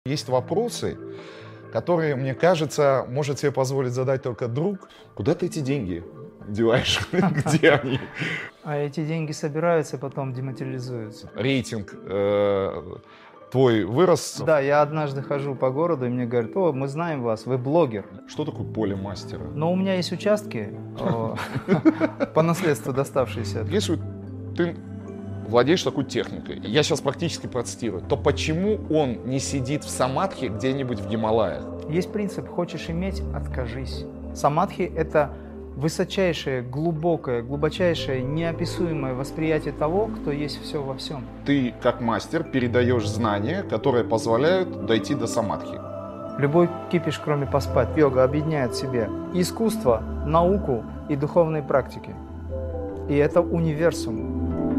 Есть вопросы, которые, мне кажется, может себе позволить задать только друг. Куда ты эти деньги деваешь? Где они? А эти деньги собираются, потом дематериализуются. Рейтинг твой вырос. Да, я однажды хожу по городу, и мне говорят: о, мы знаем вас, вы блогер. Что такое поле мастера? Но у меня есть участки по наследству доставшиеся. Если ты владеешь такой техникой, я сейчас практически процитирую, то почему он не сидит в самадхи где-нибудь в Гималаях? Есть принцип: хочешь иметь — откажись. Самадхи — это высочайшее, глубокое, глубочайшее, неописуемое восприятие того, кто есть все во всем. Ты, как мастер, передаешь знания, которые позволяют дойти до самадхи. Любой кипиш, кроме поспать. Йога объединяет в себе искусство, науку и духовные практики. И это универсум.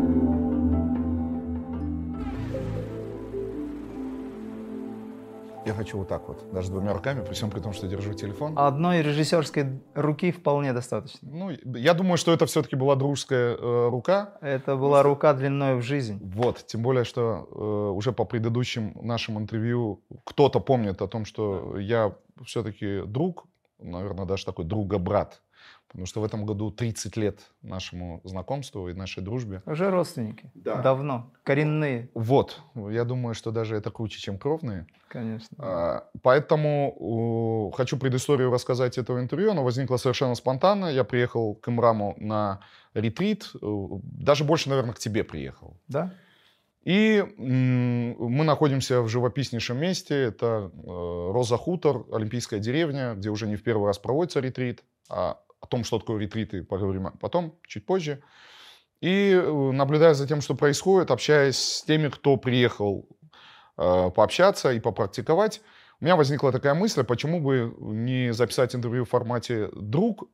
Я хочу вот так вот, даже двумя руками, при всем при том, что держу телефон. Одной режиссерской руки вполне достаточно. Ну, я думаю, что это все-таки была дружеская рука. Это была рука длиной в жизнь. Вот, тем более, что уже по предыдущим нашим интервью кто-то помнит о том, что я все-таки друг, наверное, даже такой друга-брат. Потому что в этом году 30 лет нашему знакомству и нашей дружбе. Уже родственники. Да. Давно. Коренные. Вот. Я думаю, что даже это круче, чем кровные. Конечно. Поэтому хочу предысторию рассказать этого интервью. Оно возникло совершенно спонтанно. Я приехал к Имраму на ретрит. Даже больше, наверное, к тебе приехал. Да? И мы находимся в живописнейшем месте. Это Роза Хутор, Олимпийская деревня, где уже не в первый раз проводится ретрит. О том, что такое ретриты, поговорим потом, чуть позже. И наблюдая за тем, что происходит, общаясь с теми, кто приехал пообщаться и попрактиковать, у меня возникла такая мысль, почему бы не записать интервью в формате «друг»,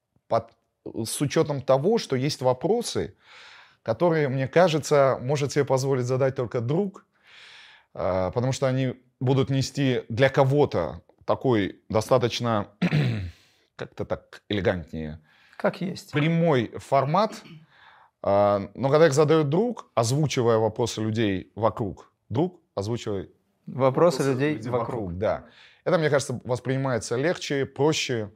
с учетом того, что есть вопросы, которые, мне кажется, может себе позволить задать только друг, потому что они будут нести для кого-то такой достаточно, как-то так элегантнее, Как есть. прямой формат. Но когда их задает друг, озвучивая вопросы людей вокруг, друг, озвучивай Вопросы людей вокруг. Да. Это, мне кажется, воспринимается легче, проще.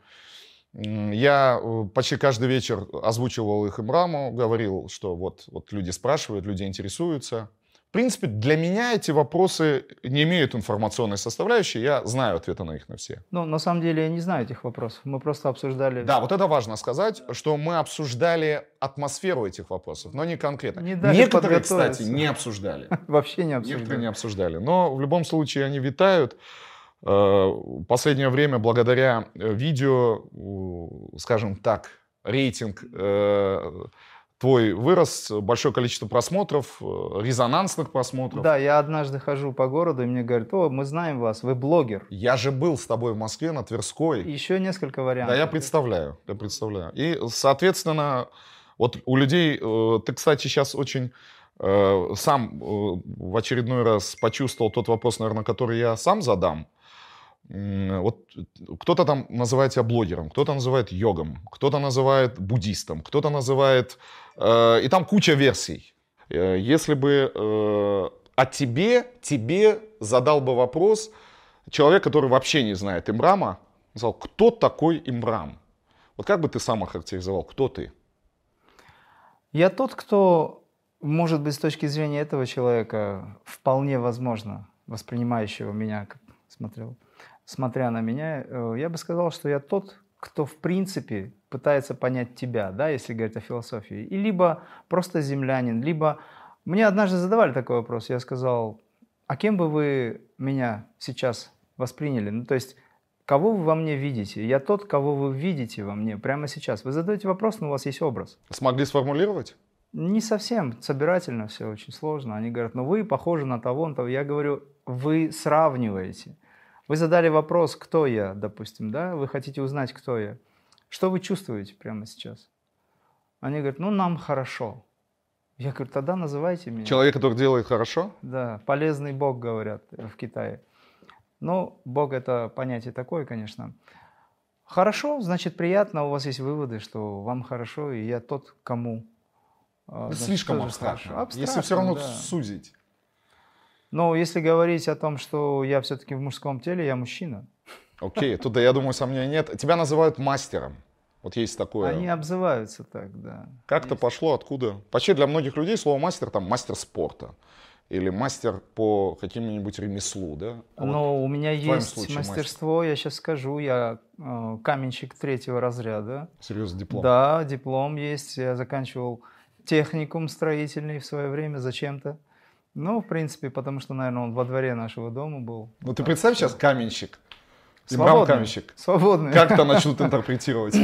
Я почти каждый вечер озвучивал их Имраму, говорил, что вот люди спрашивают, люди интересуются. В принципе, для меня эти вопросы не имеют информационной составляющей, я знаю ответы на них на все. Ну, на самом деле, я не знаю этих вопросов. Мы просто обсуждали... Да, вот это важно сказать, что мы обсуждали атмосферу этих вопросов, но не конкретно. Некоторые, кстати, не обсуждали. Вообще не обсуждали. Некоторые не обсуждали. Но в любом случае они витают. В последнее время благодаря видео, скажем так, рейтинг твой вырос, большое количество просмотров, резонансных просмотров. Да, я однажды хожу по городу, и мне говорят: о, мы знаем вас, вы блогер. Я же был с тобой в Москве на Тверской. Еще несколько вариантов. Да, я представляю. И, соответственно, вот у людей, ты, кстати, сейчас очень сам в очередной раз почувствовал тот вопрос, наверное, который я сам задам. Вот кто-то там называет тебя блогером, кто-то называет йогом, кто-то называет буддистом, кто-то называет... и там куча версий. Если бы тебе задал бы вопрос человек, который вообще не знает Имрама, сказал, кто такой Имрам? Вот как бы ты сам охарактеризовал, кто ты? Я тот, кто, может быть, с точки зрения этого человека, вполне возможно, воспринимающего меня, как смотря на меня, я бы сказал, что я тот, кто в принципе пытается понять тебя, да, если говорить о философии, и либо просто землянин, либо... Мне однажды задавали такой вопрос, я сказал: а кем бы вы меня сейчас восприняли? Ну, то есть, кого вы во мне видите? Я тот, кого вы видите во мне прямо сейчас. Вы задаете вопрос, но у вас есть образ. Смогли сформулировать? Не совсем, собирательно все очень сложно. Они говорят: ну вы похожи на того, на того. Я говорю: вы сравниваете. Вы задали вопрос, кто я, допустим, да? Вы хотите узнать, кто я. Что вы чувствуете прямо сейчас? Они говорят: ну нам хорошо. Я говорю: тогда называйте меня. Человек, который делает хорошо? Да, полезный Бог, говорят в Китае. Ну, Бог — это понятие такое, конечно. Хорошо, значит, приятно, у вас есть выводы, что вам хорошо, и я тот, кому... Слишком абстрактно. Если все равно сузить. Но если говорить о том, что я все-таки в мужском теле, я мужчина. Окей, туда, я думаю, сомнений нет. Тебя называют мастером. Вот есть такое. Они обзываются так, да. Как-то пошло, откуда? Вообще для многих людей слово мастер, там, мастер спорта. Или мастер по какому-нибудь ремеслу, да? А Но вот у меня в твоем есть случае мастерство, я сейчас скажу, я каменщик 3-го разряда. Серьезно, диплом? Да, диплом есть, я заканчивал техникум строительный в свое время зачем-то. Ну, в принципе, потому что, наверное, он во дворе нашего дома был. Ну ты представь сейчас каменщик. Свободный. Каменщик. Свободный. Как-то начнут интерпретировать.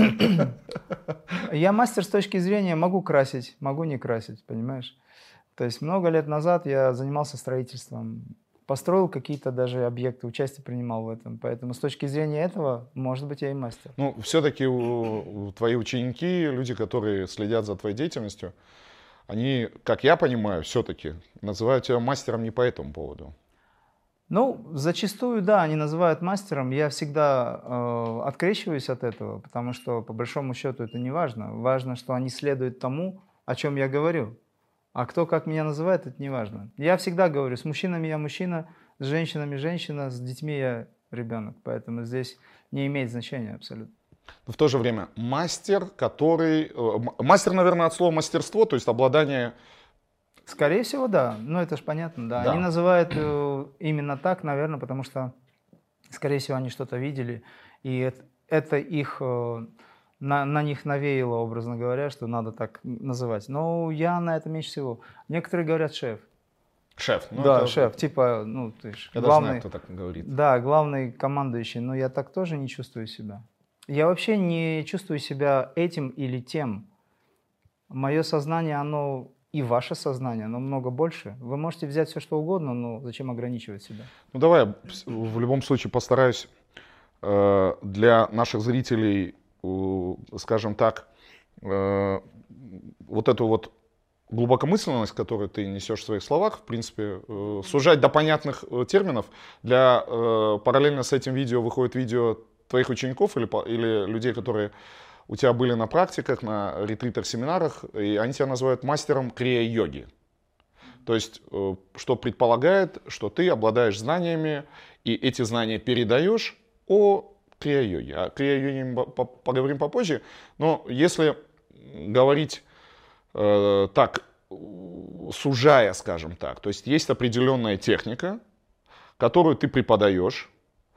Я мастер с точки зрения, могу красить, могу не красить, понимаешь? То есть много лет назад я занимался строительством, построил какие-то даже объекты, участие принимал в этом. Поэтому с точки зрения этого, может быть, я и мастер. Ну, все-таки твои ученики, люди, которые следят за твоей деятельностью, они, как я понимаю, все-таки называют тебя мастером не по этому поводу. Ну, зачастую, да, они называют мастером. Я всегда открещиваюсь от этого, потому что, по большому счету, это не важно. Важно, что они следуют тому, о чем я говорю. А кто как меня называет, это не важно. Я всегда говорю, с мужчинами я мужчина, с женщинами женщина, с детьми я ребенок. Поэтому здесь не имеет значения абсолютно. Но в то же время мастер, который... Мастер, наверное, от слова мастерство, то есть обладание... Скорее всего, да. Ну, это же понятно, да. Да. Они называют именно так, наверное, потому что, скорее всего, они что-то видели, и это их... На них навеяло, образно говоря, что надо так называть. Но я на это меньше всего. Некоторые говорят шеф. Шеф. Ну, да, это... шеф. Типа, ну, ты ж я главный... даже знаю, кто так говорит. Да, главный командующий. Но я так тоже не чувствую себя. Я вообще не чувствую себя этим или тем. Мое сознание, оно... И ваше сознание, оно много больше. Вы можете взять все, что угодно, но зачем ограничивать себя? Ну, давай я в любом случае постараюсь для наших зрителей, скажем так, вот эту вот глубокомысленность, которую ты несешь в своих словах, в принципе, сужать до понятных терминов. Параллельно с этим видео выходит видео твоих учеников или людей, которые у тебя были на практиках, на ретритах, семинарах, и они тебя называют мастером крия-йоги. То есть, что предполагает, что ты обладаешь знаниями, и эти знания передаешь о крия-йоге. О крия-йоге мы поговорим попозже, но если говорить так, сужая, скажем так, то есть есть определенная техника, которую ты преподаешь,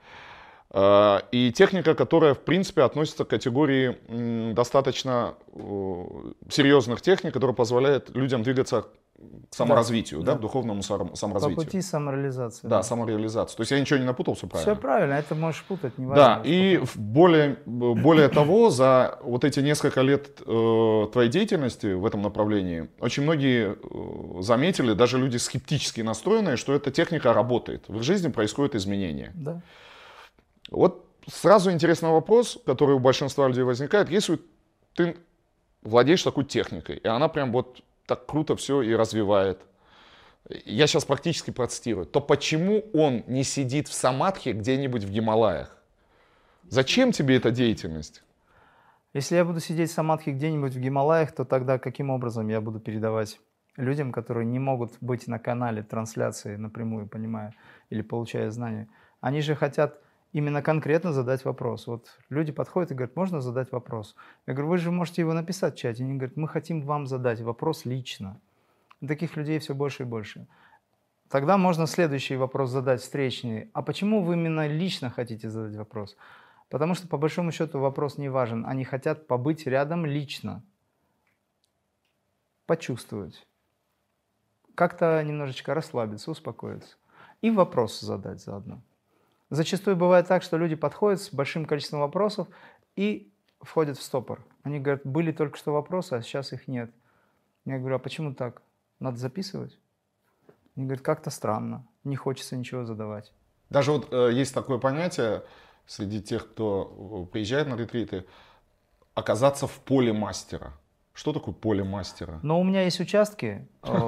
и техника, которая, в принципе, относится к категории достаточно серьезных техник, которые позволяют людям двигаться к саморазвитию, да, к духовному саморазвитию. По пути самореализации. Да, самореализации. То есть я ничего не напутал, все правильно? Все правильно, это можешь путать, не важно. Да, и более того, за вот эти несколько лет твоей деятельности в этом направлении, очень многие заметили, даже люди скептически настроенные, что эта техника работает. В их жизни происходят изменения. Да. Вот сразу интересный вопрос, который у большинства людей возникает. Если ты владеешь такой техникой, и она прям вот так круто все и развивает, я сейчас практически процитирую, то почему он не сидит в самадхи где-нибудь в Гималаях? Зачем тебе эта деятельность? Если я буду сидеть в самадхи где-нибудь в Гималаях, то тогда каким образом я буду передавать людям, которые не могут быть на канале трансляции напрямую, понимая, или получая знания? Они же хотят именно конкретно задать вопрос. Вот люди подходят и говорят, можно задать вопрос? Я говорю, вы же можете его написать в чате. Они говорят, мы хотим вам задать вопрос лично. И таких людей все больше и больше. Тогда можно следующий вопрос задать встречный. А почему вы именно лично хотите задать вопрос? Потому что, по большому счету, вопрос не важен. Они хотят побыть рядом лично. Почувствовать. Как-то немножечко расслабиться, успокоиться. И вопрос задать заодно. Зачастую бывает так, что люди подходят с большим количеством вопросов и входят в стопор. Они говорят, были только что вопросы, а сейчас их нет. Я говорю, а почему так? Надо записывать? Они говорят, как-то странно, не хочется ничего задавать. Даже вот есть такое понятие среди тех, кто приезжает на ретриты, оказаться в поле мастера. Что такое поле мастера? Но у меня есть участки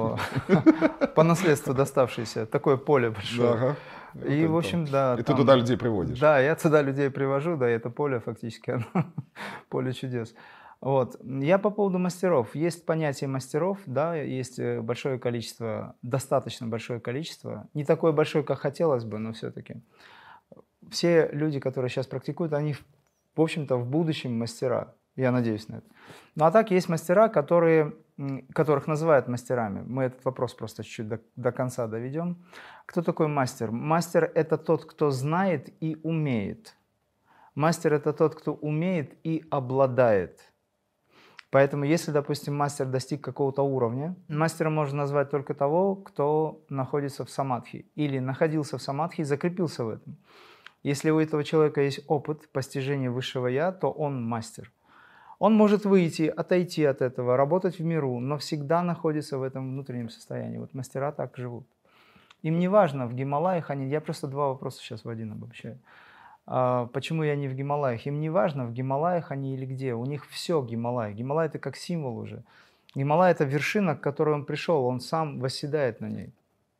по наследству доставшиеся, такое поле большое. И, в общем, да. И ты туда людей приводишь? Да, я туда людей привожу, да, и это поле фактически, поле чудес. Вот. Я по поводу мастеров. Есть понятие мастеров, да, есть большое количество, достаточно большое количество. Не такое большое, как хотелось бы, но все-таки. Все люди, которые сейчас практикуют, они, в общем-то, в будущем мастера. Я надеюсь на это. Ну а так есть мастера, которых называют мастерами. Мы этот вопрос просто чуть-чуть до конца доведем. Кто такой мастер? Мастер – это тот, кто знает и умеет. Мастер – это тот, кто умеет и обладает. Поэтому если, допустим, мастер достиг какого-то уровня, мастером можно назвать только того, кто находится в самадхи или находился в самадхи и закрепился в этом. Если у этого человека есть опыт постижения высшего «я», то он мастер. Он может выйти, отойти от этого, работать в миру, но всегда находится в этом внутреннем состоянии. Вот мастера так живут. Им не важно, в Гималаях они... Я просто два вопроса сейчас в один обобщаю. Почему я не в Гималаях? Им не важно, в Гималаях они или где. У них все Гималай. Гималай – это как символ уже. Гималай – это вершина, к которой он пришел. Он сам восседает на ней.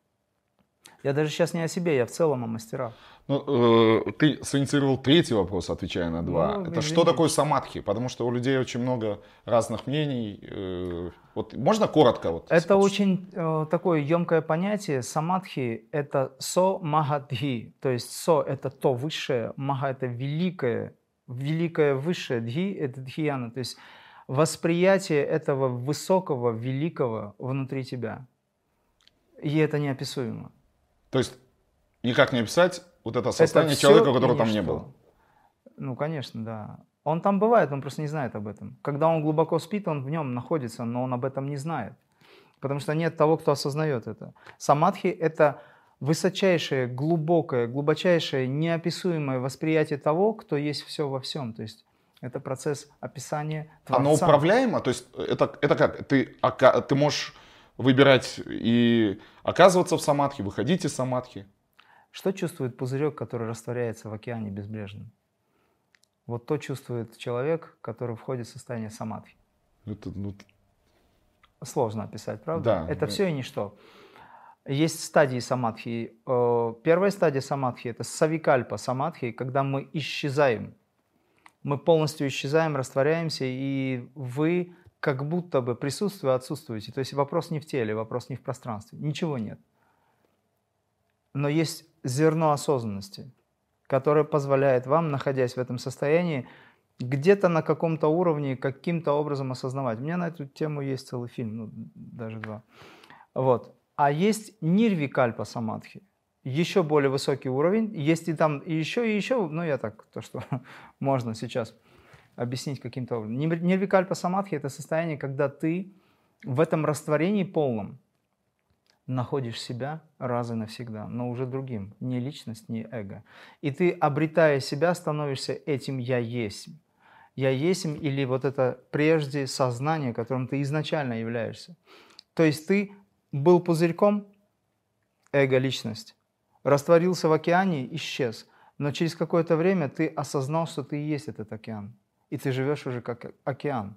Я даже сейчас не о себе, я в целом о мастерах. Ну, ты синициировал третий вопрос, отвечая на два. Ну, Это извините. что такое самадхи? Потому что у людей очень много разных мнений. Вот можно коротко? Вот, Это очень такое емкое понятие. Самадхи – это со-махадхи. То есть со – это то высшее, маха – это великое, великое высшее, дхи – это дхияна. То есть восприятие этого высокого, великого внутри тебя. И это неописуемо. То есть никак не описать вот это состояние Это человека, всё которого и там не ничто. было. Ну, конечно, да. Он там бывает, он просто не знает об этом. Когда он глубоко спит, он в нем находится, но он об этом не знает. Потому что нет того, кто осознает это. Самадхи – это высочайшее, глубокое, глубочайшее, неописуемое восприятие того, кто есть все во всем. То есть это процесс описания Творца. Оно управляемо? То есть это как? Ты можешь выбирать и оказываться в самадхи, выходить из самадхи? Что чувствует пузырек, который растворяется в океане безбрежном? Вот то чувствует человек, который входит в состояние самадхи. Сложно описать, правда? Да. Это все и ничто. Есть стадии самадхи. Первая стадия самадхи – это савикальпа самадхи, когда мы исчезаем. Мы полностью исчезаем, растворяемся, и вы как будто бы присутствие отсутствуете. То есть вопрос не в теле, вопрос не в пространстве. Ничего нет. Но есть зерно осознанности, которое позволяет вам, находясь в этом состоянии, где-то на каком-то уровне, каким-то образом осознавать. У меня на эту тему есть целый фильм, ну, даже два. Вот. А есть нирвикальпа самадхи, еще более высокий уровень. Есть и там и еще, ну я так, то, что можно сейчас объяснить каким-то образом. Нирвикальпа самадхи – это состояние, когда ты в этом растворении полном находишь себя раз и навсегда, но уже другим, не личность, не эго. И ты, обретая себя, становишься этим «я есть». «Я есть» или вот это прежде сознание, которым ты изначально являешься. То есть ты был пузырьком, эго-личность, растворился в океане, исчез. Но через какое-то время ты осознал, что ты и есть этот океан. И ты живешь уже как океан.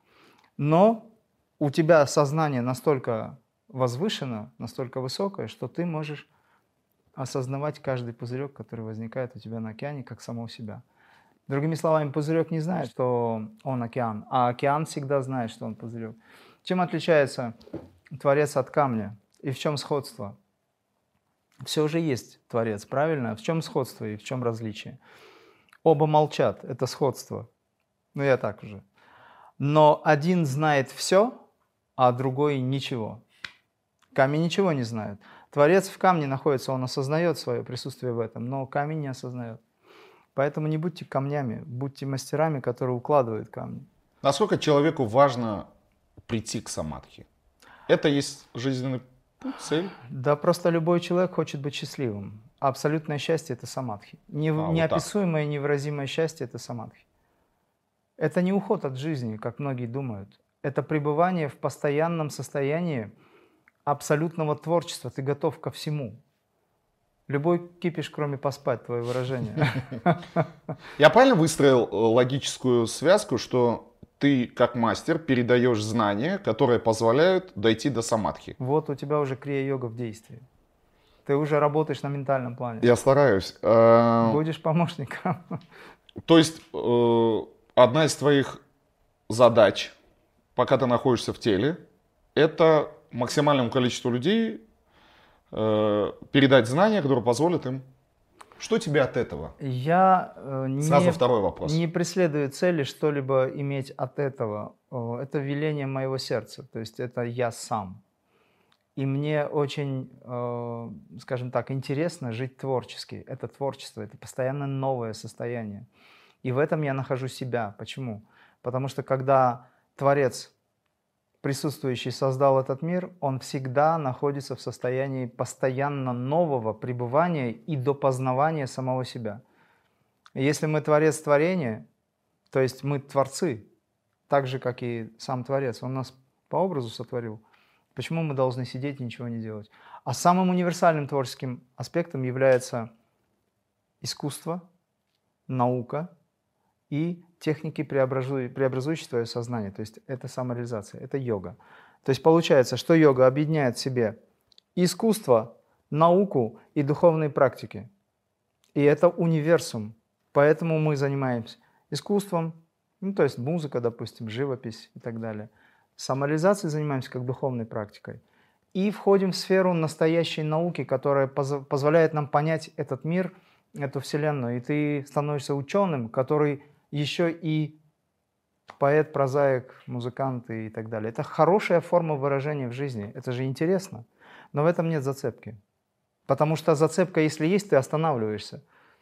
Но у тебя сознание настолько возвышено, настолько высокое, что ты можешь осознавать каждый пузырек, который возникает у тебя на океане, как самого себя. Другими словами, пузырек не знает, что он океан, а океан всегда знает, что он пузырек. Чем отличается Творец от камня? И в чем сходство? Все же есть Творец, правильно? В чем сходство и в чем различие? Оба молчат, это сходство. Ну, я так уже. Но один знает все, а другой ничего. Камень ничего не знает. Творец в камне находится, он осознает свое присутствие в этом, но камень не осознает. Поэтому не будьте камнями, будьте мастерами, которые укладывают камни. Насколько человеку важно прийти к самадхи? Это есть жизненный путь, цель? Да просто любой человек хочет быть счастливым. Абсолютное счастье – это самадхи. Неописуемое, невыразимое счастье – это самадхи. Это не уход от жизни, как многие думают. Это пребывание в постоянном состоянии абсолютного творчества. Ты готов ко всему. Любой кипиш, кроме поспать, твое выражение. Я правильно выстроил логическую связку, что ты, как мастер, передаешь знания, которые позволяют дойти до самадхи? Вот у тебя уже крия-йога в действии. Ты уже работаешь на ментальном плане. Я стараюсь. Будешь помощником. То есть одна из твоих задач, пока ты находишься в теле, это максимальному количеству людей передать знания, которые позволят им. Что тебе от этого? Я Сразу второй вопрос. не преследую цели что-либо иметь от этого. Это веление моего сердца, то есть это я сам. И мне очень, скажем так, интересно жить творчески. Это творчество, это постоянно новое состояние. И в этом я нахожу себя. Почему? Потому что когда Творец, присутствующий, создал этот мир, он всегда находится в состоянии постоянно нового пребывания и допознавания самого себя. И если мы Творец творения, то есть мы творцы, так же, как и сам Творец, он нас по образу сотворил, почему мы должны сидеть и ничего не делать? А самым универсальным творческим аспектом является искусство, наука и техники, преобразующие твое сознание. То есть это самореализация, это йога. То есть получается, что йога объединяет в себе искусство, науку и духовные практики. И это универсум. Поэтому мы занимаемся искусством, ну, то есть музыка, допустим, живопись и так далее. Самореализацией занимаемся как духовной практикой. И входим в сферу настоящей науки, которая позволяет нам понять этот мир, эту вселенную. И ты становишься ученым, который еще и поэт, прозаик, музыкант и так далее. Это хорошая форма выражения в жизни. Это же интересно. Но в этом нет зацепки. Потому что зацепка, если есть, ты останавливаешься.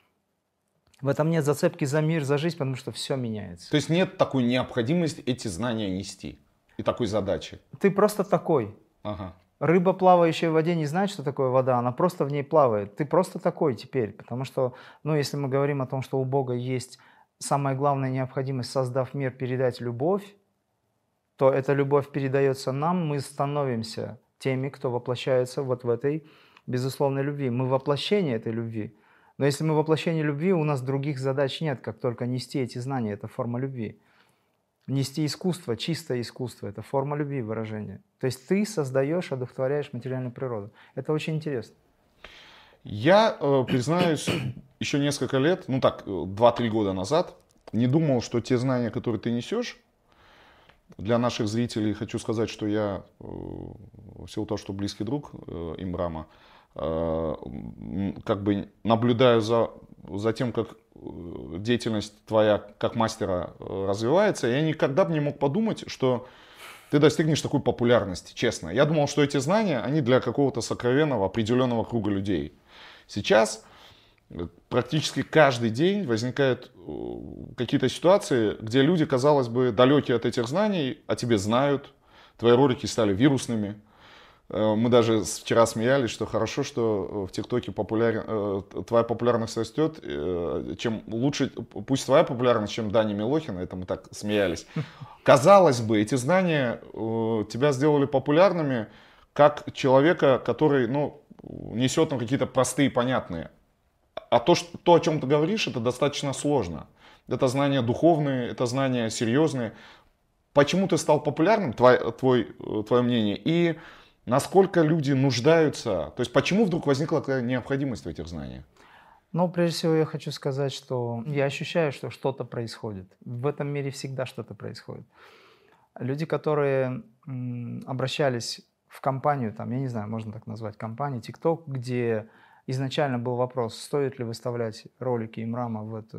В этом нет зацепки за мир, за жизнь, потому что все меняется. То есть нет такой необходимости эти знания нести и такой задачи? Ты просто такой. Ага. Рыба, плавающая в воде, не знает, что такое вода, она просто в ней плавает. Ты просто такой теперь, потому что, ну, если мы говорим о том, что у Бога есть самая главная необходимость, создав мир, передать любовь, то эта любовь передается нам, мы становимся теми, кто воплощается вот в этой безусловной любви. Мы воплощение этой любви. Но если мы воплощение любви, у нас других задач нет, как только нести эти знания, это форма любви. Нести искусство, чистое искусство, это форма любви выражения. То есть ты создаешь, одухотворяешь материальную природу. Это очень интересно. Я, признаюсь, еще несколько лет, ну так, 2-3 года назад, не думал, что те знания, которые ты несешь, для наших зрителей хочу сказать, что я, в силу того, что близкий друг Имрама, как бы наблюдаю за тем, как деятельность твоя как мастера развивается, я никогда бы не мог подумать, что ты достигнешь такой популярности, честно. Я думал, что эти знания, они для какого-то сокровенного, определенного круга людей. Сейчас практически каждый день возникают какие-то ситуации, где люди, казалось бы, далекие от этих знаний, о тебе знают, твои ролики стали вирусными. Мы даже вчера смеялись, что хорошо, что в ТикТоке твоя популярность растет, чем лучше, пусть твоя популярность, чем Дани Милохина, это мы так смеялись. Казалось бы, эти знания тебя сделали популярными как человека, который, ну, несет нам какие-то простые, понятные. А то, о чем ты говоришь, это достаточно сложно. Это знания духовные, это знания серьезные. Почему ты стал популярным, твое мнение, и насколько люди нуждаются, то есть почему вдруг возникла такая необходимость в этих знаниях? Ну, прежде всего, я хочу сказать, что я ощущаю, что что-то происходит. В этом мире всегда что-то происходит. Люди, которые обращались в компанию, там, я не знаю, можно так назвать, компанию TikTok, где изначально был вопрос, стоит ли выставлять ролики Имрама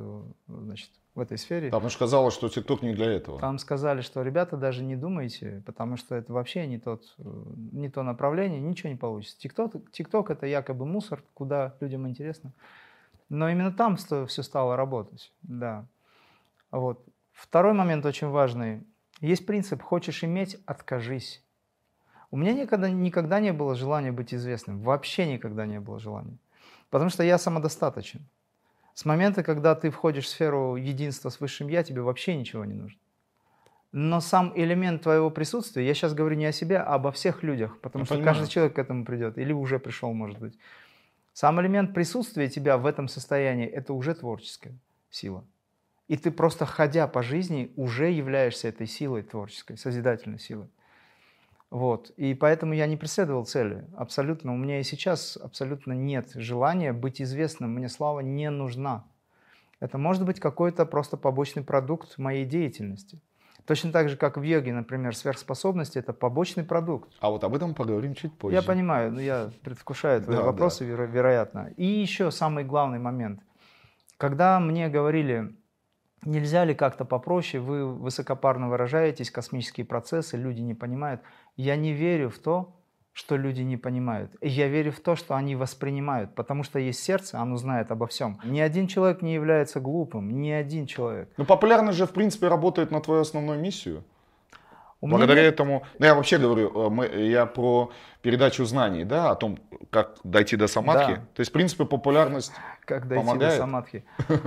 в этой сфере. Потому что казалось, что TikTok не для этого. Там сказали, что ребята, даже не думайте, потому что это вообще не то направление, ничего не получится. TikTok это якобы мусор, куда людям интересно. Но именно там все стало работать. Да. Вот. Второй момент очень важный. Есть принцип «хочешь иметь – откажись». У меня никогда не было желания быть известным. Вообще никогда не было желания. Потому что я самодостаточен. С момента, когда ты входишь в сферу единства с Высшим Я, тебе вообще ничего не нужно. Но сам элемент твоего присутствия, я сейчас говорю не о себе, а обо всех людях, потому что каждый человек к этому придет, или уже пришел, может быть. Сам элемент присутствия тебя в этом состоянии – это уже творческая сила. И ты просто, ходя по жизни, уже являешься этой силой творческой, созидательной силой. Вот. И поэтому я не преследовал цели. Абсолютно. У меня и сейчас абсолютно нет желания быть известным. Мне слава не нужна. Это может быть какой-то просто побочный продукт моей деятельности. Точно так же, как в йоге, например, сверхспособности – это побочный продукт. А вот об этом поговорим чуть позже. Я понимаю, но я предвкушаю твои вопросы, вероятно. И еще самый главный момент. Когда мне говорили, нельзя ли как-то попроще, вы высокопарно выражаетесь, космические процессы, люди не понимают. Я не верю в то, что люди не понимают. Я верю в то, что они воспринимают, потому что есть сердце, оно знает обо всем. Ни один человек не является глупым, ни один человек. Ну, популярность же, в принципе, работает на твою основную миссию. Благодаря этому, ну, я вообще говорю, я про передачу знаний, да, о том, как дойти до самадхи. Да. То есть, в принципе, популярность как дойти помогает. До самадхи.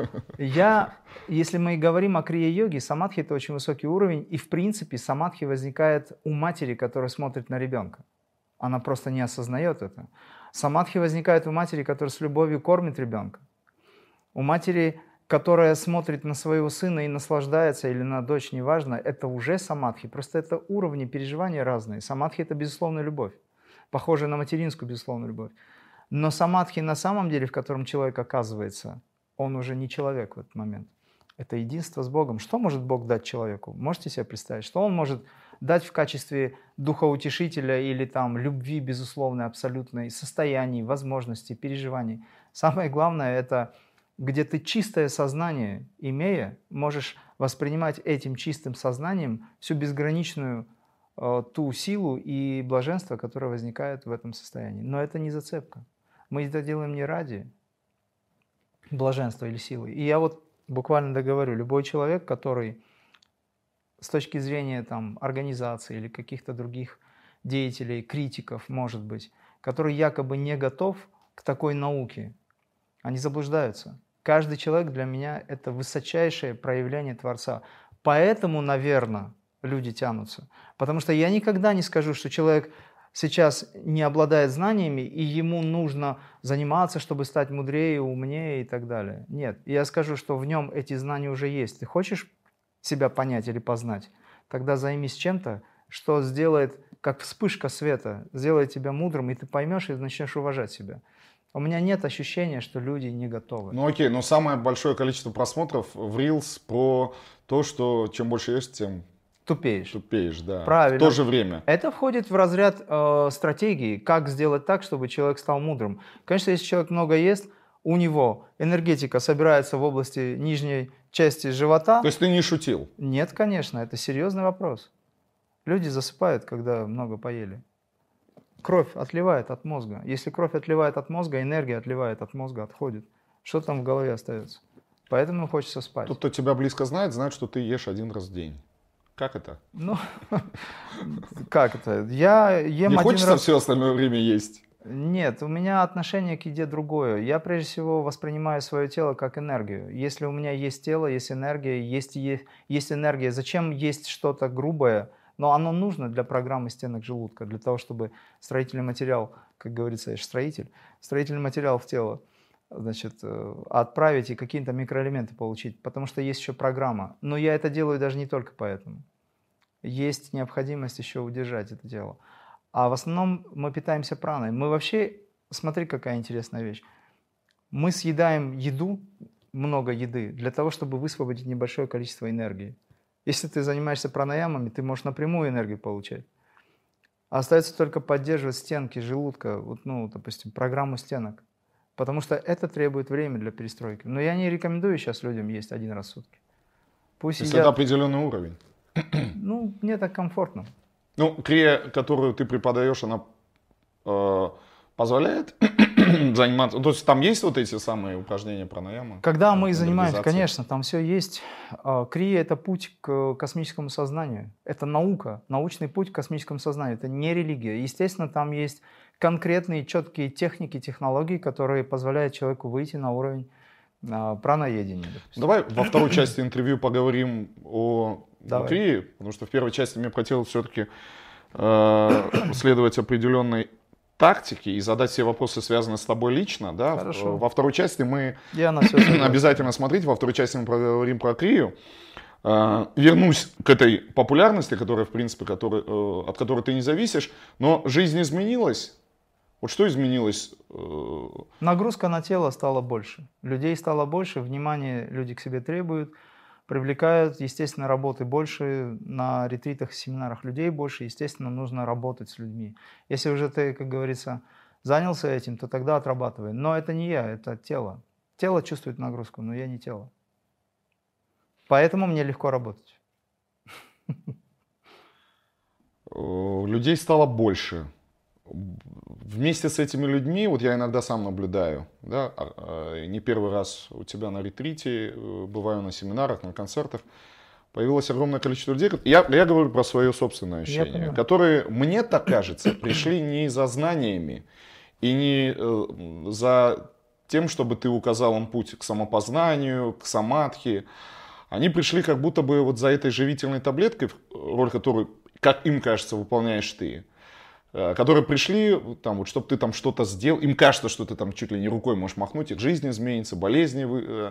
Если мы говорим о крия-йоге, самадхи – это очень высокий уровень, и, в принципе, самадхи возникает у матери, которая смотрит на ребенка. Она просто не осознает это. Самадхи возникает у матери, которая с любовью кормит ребенка. У матери, которая смотрит на своего сына и наслаждается, или на дочь, неважно, это уже самадхи. Просто это уровни переживания разные. Самадхи – это безусловная любовь, похожая на материнскую безусловную любовь. Но самадхи на самом деле, в котором человек оказывается, он уже не человек в этот момент. Это единство с Богом. Что может Бог дать человеку? Можете себе представить? Что Он может дать в качестве духоутешителя или там любви безусловной, абсолютной, состояний, возможностей, переживаний? Самое главное – это где ты чистое сознание, имея, можешь воспринимать этим чистым сознанием всю безграничную ту силу и блаженство, которое возникает в этом состоянии. Но это не зацепка. Мы это делаем не ради блаженства или силы. И я вот буквально договорю, любой человек, который с точки зрения там, организации или каких-то других деятелей, критиков, может быть, который якобы не готов к такой науке, они заблуждаются. Каждый человек для меня – это высочайшее проявление Творца. Поэтому, наверное, люди тянутся. Потому что я никогда не скажу, что человек сейчас не обладает знаниями, и ему нужно заниматься, чтобы стать мудрее, умнее и так далее. Нет, я скажу, что в нем эти знания уже есть. Ты хочешь себя понять или познать? Тогда займись чем-то, что сделает, как вспышка света, сделает тебя мудрым, и ты поймешь и начнешь уважать себя. У меня нет ощущения, что люди не готовы. Ну окей, но самое большое количество просмотров в Reels про то, что чем больше ешь, тем тупеешь. Тупеешь, да. Правильно. В то же время. Это входит в разряд стратегии, как сделать так, чтобы человек стал мудрым. Конечно, если человек много ест, у него энергетика собирается в области нижней части живота. То есть ты не шутил? Нет, конечно, это серьезный вопрос. Люди засыпают, когда много поели. Кровь отливает от мозга. Если кровь отливает от мозга, энергия отливает от мозга, отходит. Что там в голове остается? Поэтому хочется спать. Тот, кто тебя близко знает, знает, что ты ешь 1 раз в день. Как это? Ну, как это? Я ем не один хочется раз... все остальное время есть? Нет, у меня отношение к еде другое. Я прежде всего воспринимаю свое тело как энергию. Если у меня есть тело, есть энергия, есть энергия, зачем есть что-то грубое? Но оно нужно для программы стенок желудка, для того, чтобы строительный материал, как говорится, я же строительный материал в тело, значит, отправить и какие-то микроэлементы получить, потому что есть еще программа. Но я это делаю даже не только поэтому. Есть необходимость еще удержать это тело. А в основном мы питаемся праной. Мы вообще, смотри, какая интересная вещь. Мы съедаем еду, много еды, для того, чтобы высвободить небольшое количество энергии. Если ты занимаешься пранаямами, ты можешь напрямую энергию получать. А остается только поддерживать стенки желудка, вот, ну, допустим, программу стенок. Потому что это требует времени для перестройки. Но я не рекомендую сейчас людям есть 1 раз в сутки. Пусть едят... это определенный уровень. Ну, мне так комфортно. Ну, крия, которую ты преподаешь, она позволяет заниматься? То есть там есть вот эти самые упражнения пранаяма? Когда мы занимаемся, конечно, там все есть. Крия – это путь к космическому сознанию. Это наука, научный путь к космическому сознанию. Это не религия. Естественно, там есть конкретные, четкие техники, технологии, которые позволяют человеку выйти на уровень пранаедения. Давай во второй части интервью поговорим о крии, потому что в первой части мне хотелось все-таки следовать определенной тактике и задать все вопросы, связанные с тобой лично. Да? Во второй части мы обязательно смотрите, во второй части мы поговорим про крию. Вернусь к этой популярности, которая, в принципе, от которой ты не зависишь, но жизнь изменилась. Вот что изменилось? Нагрузка на тело стала больше. Людей стало больше, внимания люди к себе требуют. Привлекают, естественно, работы больше, на ретритах, семинарах людей больше, естественно, нужно работать с людьми. Если уже ты, как говорится, занялся этим, то тогда отрабатывай. Но это не я, это тело. Тело чувствует нагрузку, но я не тело. Поэтому мне легко работать. Людей стало больше. Вместе с этими людьми, вот я иногда сам наблюдаю, да, не первый раз у тебя на ретрите, бываю на семинарах, на концертах, появилось огромное количество людей. Я говорю про свое собственное ощущение, которые, мне так кажется, пришли не за знаниями и не за тем, чтобы ты указал им путь к самопознанию, к самадхи. Они пришли как будто бы вот за этой живительной таблеткой, роль которой, как им кажется, выполняешь ты. Которые пришли, там, вот, чтобы ты там что-то сделал, им кажется, что ты там чуть ли не рукой можешь махнуть, их жизнь изменится, болезни,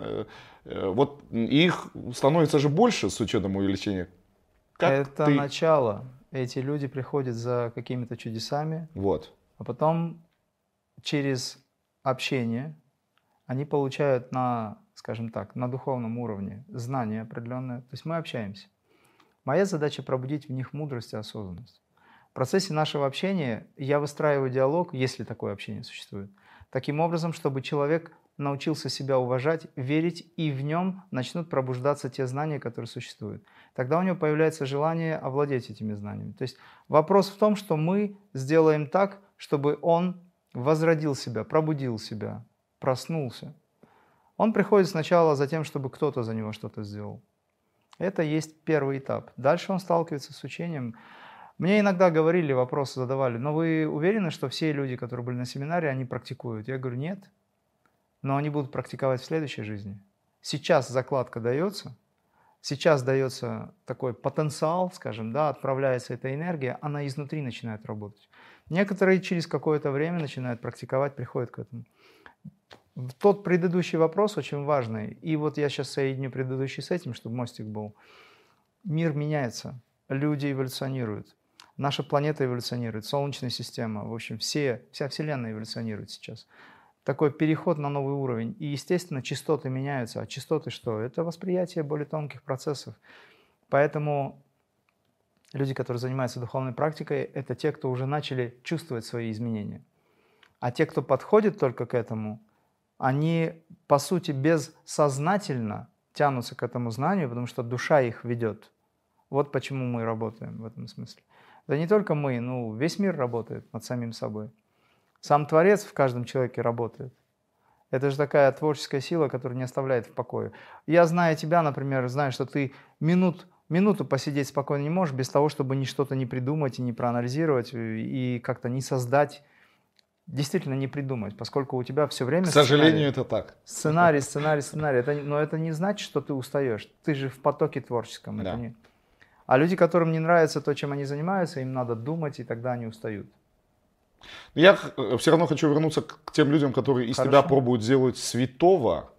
вот их становится же больше с учетом увеличения. Это начало. Эти люди приходят за какими-то чудесами, вот. А потом через общение они получают на, скажем так, на духовном уровне знания определенные. То есть мы общаемся. Моя задача пробудить в них мудрость и осознанность. В процессе нашего общения я выстраиваю диалог, если такое общение существует, таким образом, чтобы человек научился себя уважать, верить, и в нем начнут пробуждаться те знания, которые существуют. Тогда у него появляется желание овладеть этими знаниями. То есть вопрос в том, что мы сделаем так, чтобы он возродил себя, пробудил себя, проснулся. Он приходит сначала за тем, чтобы кто-то за него что-то сделал. Это есть первый этап. Дальше он сталкивается с учением. Мне иногда говорили, вопросы задавали, но вы уверены, что все люди, которые были на семинаре, они практикуют? Я говорю, нет, но они будут практиковать в следующей жизни. Сейчас закладка дается, сейчас дается такой потенциал, скажем, да, отправляется эта энергия, она изнутри начинает работать. Некоторые через какое-то время начинают практиковать, приходят к этому. Тот предыдущий вопрос очень важный, и вот я сейчас соединю предыдущий с этим, чтобы мостик был. Мир меняется, люди эволюционируют. Наша планета эволюционирует, Солнечная система, в общем, вся Вселенная эволюционирует сейчас. Такой переход на новый уровень. И, естественно, частоты меняются. А частоты что? Это восприятие более тонких процессов. Поэтому люди, которые занимаются духовной практикой, это те, кто уже начали чувствовать свои изменения. А те, кто подходит только к этому, они, по сути, бессознательно тянутся к этому знанию, потому что душа их ведет. Вот почему мы работаем в этом смысле. Да не только мы, ну, весь мир работает над самим собой. Сам Творец в каждом человеке работает. Это же такая творческая сила, которая не оставляет в покое. Я, зная тебя, например, знаю, что ты минуту посидеть спокойно не можешь, без того, чтобы что-то не придумать и не проанализировать, и как-то не создать, действительно не придумать, поскольку у тебя все время... К сожалению, это так. Сценарий. Но это не значит, что ты устаешь. Ты же в потоке творческом. Да. Это не... А люди, которым не нравится то, чем они занимаются, им надо думать, и тогда они устают. Я все равно хочу вернуться к тем людям, которые из тебя пробуют сделать святого.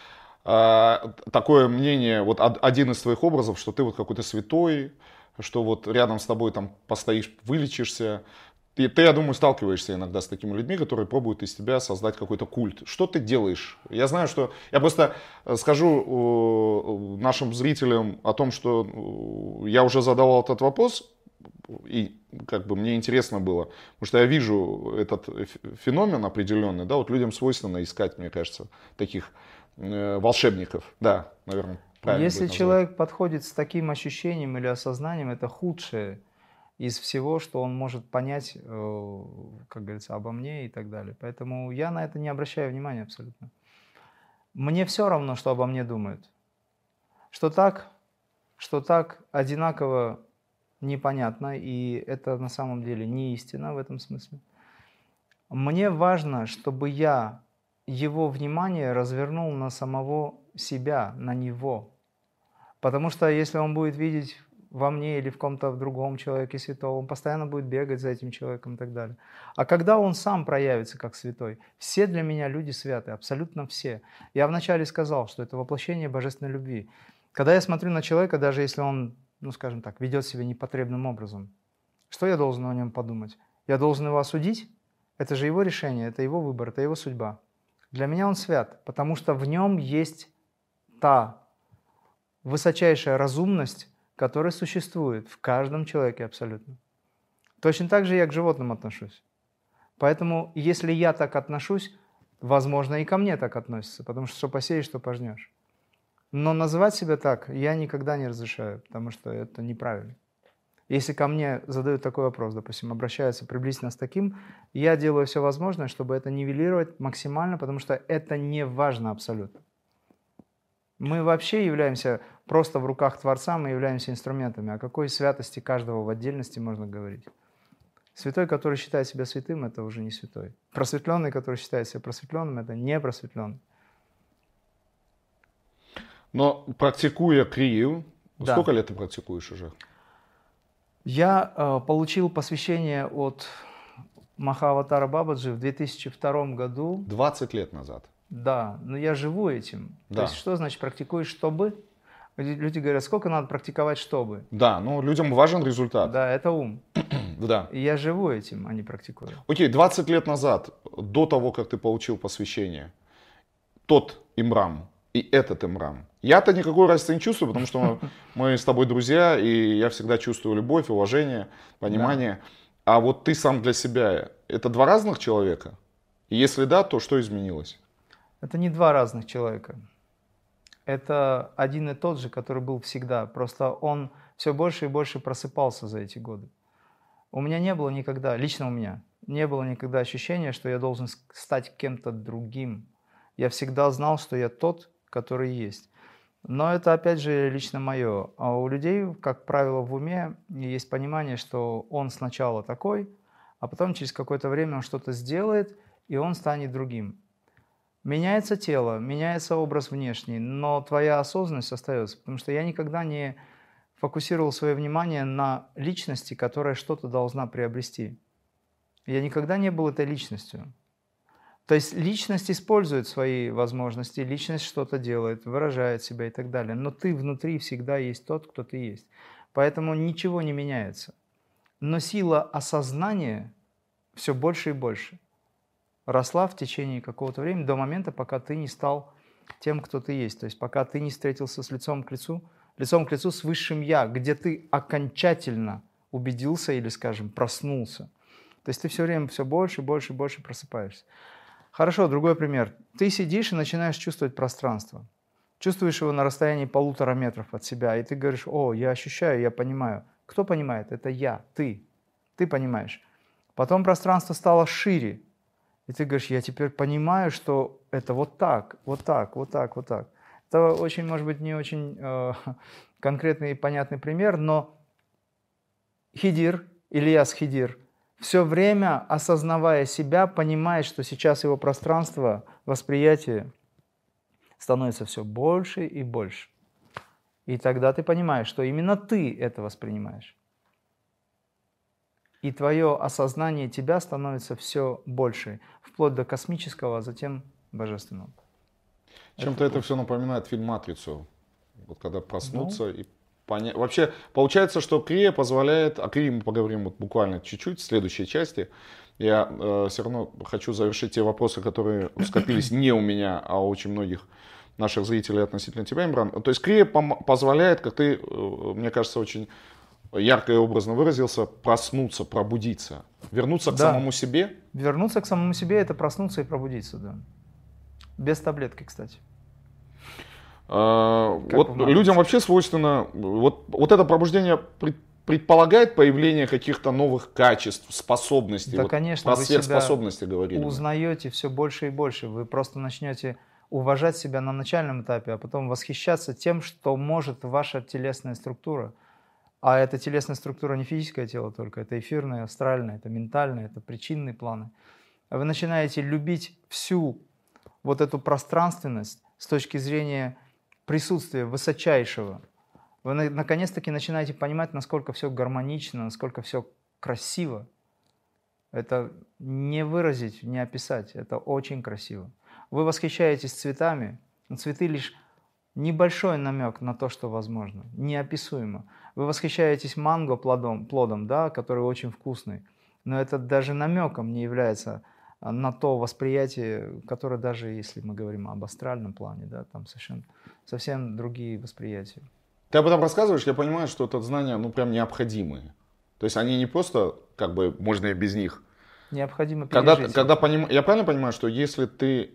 Такое мнение, вот один из твоих образов, что ты вот какой-то святой, что вот рядом с тобой там постоишь, вылечишься. Ты, я думаю, сталкиваешься иногда с такими людьми, которые пробуют из тебя создать какой-то культ. Что ты делаешь? Я знаю, что... Я просто скажу нашим зрителям о том, что я уже задавал этот вопрос, и как бы мне интересно было, потому что я вижу этот феномен определенный, да, вот людям свойственно искать, мне кажется, таких волшебников. Да, наверное, правильно. Если человек подходит с таким ощущением или осознанием, это худшее из всего, что он может понять, как говорится, обо мне и так далее. Поэтому я на это не обращаю внимания абсолютно. Мне все равно, что обо мне думают. Что так одинаково непонятно, и это на самом деле не истина в этом смысле. Мне важно, чтобы я его внимание развернул на самого себя, на него. Потому что если он будет видеть во мне или в ком-то в другом человеке святого, он постоянно будет бегать за этим человеком и так далее. А когда он сам проявится как святой, все для меня люди святые, абсолютно все. Я вначале сказал, что это воплощение божественной любви. Когда я смотрю на человека, даже если он, ну скажем так, ведет себя непотребным образом, что я должен о нем подумать? Я должен его осудить? Это же его решение, это его выбор, это его судьба. Для меня он свят, потому что в нем есть та высочайшая разумность, которая существует в каждом человеке абсолютно. Точно так же я к животным отношусь. Поэтому, если я так отношусь, возможно, и ко мне так относятся, потому что посеешь, что пожнешь. Но называть себя так я никогда не разрешаю, потому что это неправильно. Если ко мне задают такой вопрос, допустим, обращаются приблизительно с таким, я делаю все возможное, чтобы это нивелировать максимально, потому что это не важно абсолютно. Мы вообще являемся просто в руках Творца, мы являемся инструментами. О какой святости каждого в отдельности можно говорить? Святой, который считает себя святым, это уже не святой. Просветленный, который считает себя просветленным, это не просветленный. Но практикуя крию, Да. сколько лет ты практикуешь уже? Я получил посвящение от Махааватара Бабаджи в 2002 году. 20 лет назад. Да, но я живу этим. Да. То есть что значит практикуешь, чтобы? Люди говорят, сколько надо практиковать, чтобы? Да, но людям важен результат. Да, это ум. Да. И я живу этим, а не практикую. Окей, 20 лет назад, до того, как ты получил посвящение, тот Имрам и этот Имрам, я-то никакой разницы не чувствую, потому что мы с тобой друзья, и я всегда чувствую любовь, уважение, понимание. Да. А вот ты сам для себя, это два разных человека? И если да, то что изменилось? Это не два разных человека. Это один и тот же, который был всегда. Просто он все больше и больше просыпался за эти годы. У меня не было никогда, лично у меня, не было никогда ощущения, что я должен стать кем-то другим. Я всегда знал, что я тот, который есть. Но это, опять же, лично мое. А у людей, как правило, в уме есть понимание, что он сначала такой, а потом через какое-то время он что-то сделает, и он станет другим. Меняется тело, меняется образ внешний, но твоя осознанность остается, потому что я никогда не фокусировал свое внимание на личности, которая что-то должна приобрести. Я никогда не был этой личностью. То есть личность использует свои возможности, личность что-то делает, выражает себя и так далее, но ты внутри всегда есть тот, кто ты есть. Поэтому ничего не меняется. Но сила осознания все больше и больше росла в течение какого-то времени до момента, пока ты не стал тем, кто ты есть. То есть пока ты не встретился с лицом к лицу с высшим Я, где ты окончательно убедился или, скажем, проснулся. То есть ты все время все больше, больше, больше просыпаешься. Хорошо, другой пример. Ты сидишь и начинаешь чувствовать пространство. Чувствуешь его на расстоянии 1,5 метров от себя, и ты говоришь: о, я ощущаю, я понимаю. Кто понимает? Это я, ты. Ты понимаешь. Потом пространство стало шире. И ты говоришь: я теперь понимаю, что это вот так, вот так, вот так, вот так. Это очень, может быть, не очень конкретный и понятный пример, но Хидир, Ильяс Хидир, все время, осознавая себя, понимает, что сейчас его пространство, восприятие становится все больше и больше. И тогда ты понимаешь, что именно ты это воспринимаешь. И твое осознание тебя становится все больше, вплоть до космического, а затем божественного. Чем-то это все напоминает фильм «Матрицу». Вот когда проснуться и понять. Вообще, получается, что крия позволяет, о крии мы поговорим вот буквально чуть-чуть в следующей части. Я все равно хочу завершить те вопросы, которые скопились не у меня, а у очень многих наших зрителей относительно тебя, Имран. То есть крия позволяет, как ты, мне кажется, очень ярко и образно выразился, проснуться, пробудиться, вернуться к самому себе. Вернуться к самому себе — это проснуться и пробудиться, да. Без таблетки, кстати. Вот людям вообще свойственно, вот это пробуждение предполагает появление каких-то новых качеств, способностей. Да, вот конечно, про сверхспособности говорили. Узнаете все больше и больше. Вы просто начнете уважать себя на начальном этапе, а потом восхищаться тем, что может ваша телесная структура. А эта телесная структура не физическое тело только, это эфирное, астральное, это ментальное, это причинные планы. Вы начинаете любить всю вот эту пространственность с точки зрения присутствия высочайшего. Вы наконец-таки начинаете понимать, насколько все гармонично, насколько все красиво. Это не выразить, не описать, это очень красиво. Вы восхищаетесь цветами, но цветы лишь небольшой намек на то, что возможно, неописуемо. Вы восхищаетесь манго плодом, да, который очень вкусный, но это даже намеком не является на то восприятие, которое даже если мы говорим об астральном плане, да, там совершенно совсем другие восприятия. Ты об этом рассказываешь, я понимаю, что это знания, ну, прям необходимые. То есть они не просто, как бы, можно и без них. Необходимо пережить. Я правильно понимаю, что если ты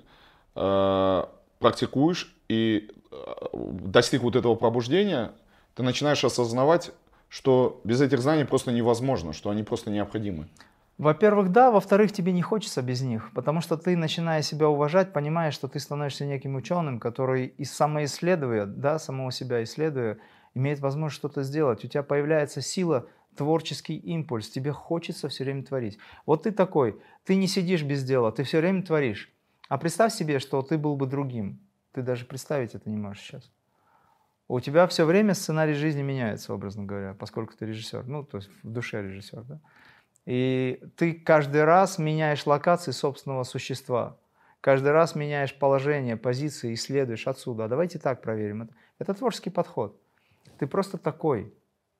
практикуешь и достиг вот этого пробуждения, ты начинаешь осознавать, что без этих знаний просто невозможно, что они просто необходимы? Во-первых, да. Во-вторых, тебе не хочется без них, потому что ты, начиная себя уважать, понимаешь, что ты становишься неким ученым, который и самоисследуя, да, самого себя исследуя, имеет возможность что-то сделать. У тебя появляется сила, творческий импульс, тебе хочется все время творить. Вот ты такой, ты не сидишь без дела, ты все время творишь. А представь себе, что ты был бы другим. Ты даже представить это не можешь сейчас. У тебя все время сценарий жизни меняется, образно говоря, поскольку ты режиссер, ну, то есть в душе режиссер, да? И ты каждый раз меняешь локации собственного существа. Каждый раз меняешь положение, позиции, исследуешь отсюда. А давайте так проверим. Это творческий подход. Ты просто такой.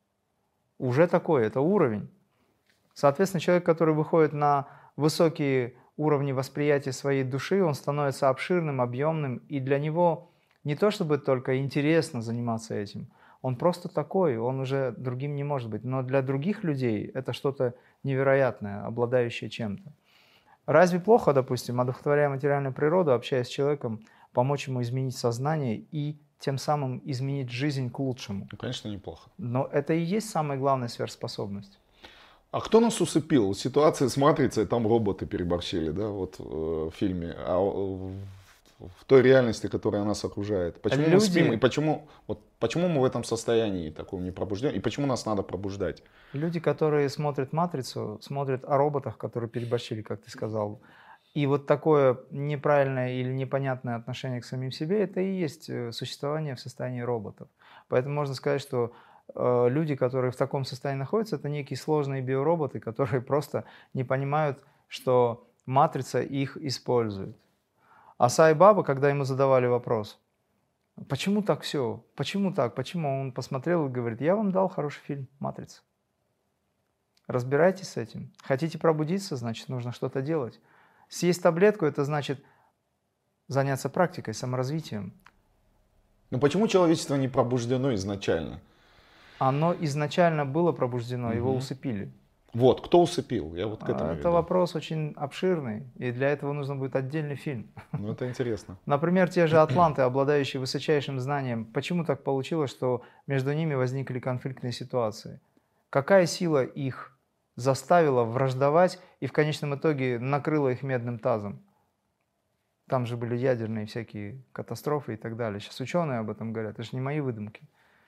Уже такой. Это уровень. Соответственно, человек, который выходит на высокие уровни восприятия своей души, он становится обширным, объемным. И для него не то, чтобы только интересно заниматься этим. Он просто такой, он уже другим не может быть. Но для других людей это что-то невероятное, обладающее чем-то. Разве плохо, допустим, одухотворяя материальную природу, общаясь с человеком, помочь ему изменить сознание и тем самым изменить жизнь к лучшему? Ну, конечно, неплохо. Но это и есть самая главная сверхспособность. А кто нас усыпил? Ситуация с «Матрицей», там роботы переборщили, да, вот в фильме. А в той реальности, которая нас окружает. Почему мы спим и почему мы в этом состоянии таком непробужденном, и почему нас надо пробуждать? Люди, которые смотрят «Матрицу», смотрят о роботах, которые переборщили, как ты сказал. И вот такое неправильное или непонятное отношение к самим себе, это и есть существование в состоянии роботов. Поэтому можно сказать, что люди, которые в таком состоянии находятся, это некие сложные биороботы, которые просто не понимают, что матрица их использует. А Сай Баба, когда ему задавали вопрос, почему так все, почему так, почему, он посмотрел и говорит, я вам дал хороший фильм «Матрица». Разбирайтесь с этим. Хотите пробудиться, значит, нужно что-то делать. Съесть таблетку – это значит заняться практикой, саморазвитием. Но почему человечество не пробуждено изначально? Оно изначально было пробуждено, его усыпили. Вот, кто усыпил? Я вот к этому Это веду. вопрос очень обширный, и для этого нужно будет отдельный фильм. Ну, это интересно. Например, те же атланты, обладающие высочайшим знанием, почему так получилось, что между ними возникли конфликтные ситуации? Какая сила их заставила враждовать и в конечном итоге накрыла их медным тазом? Там же были ядерные всякие катастрофы и так далее. Сейчас ученые об этом говорят, это же не мои выдумки.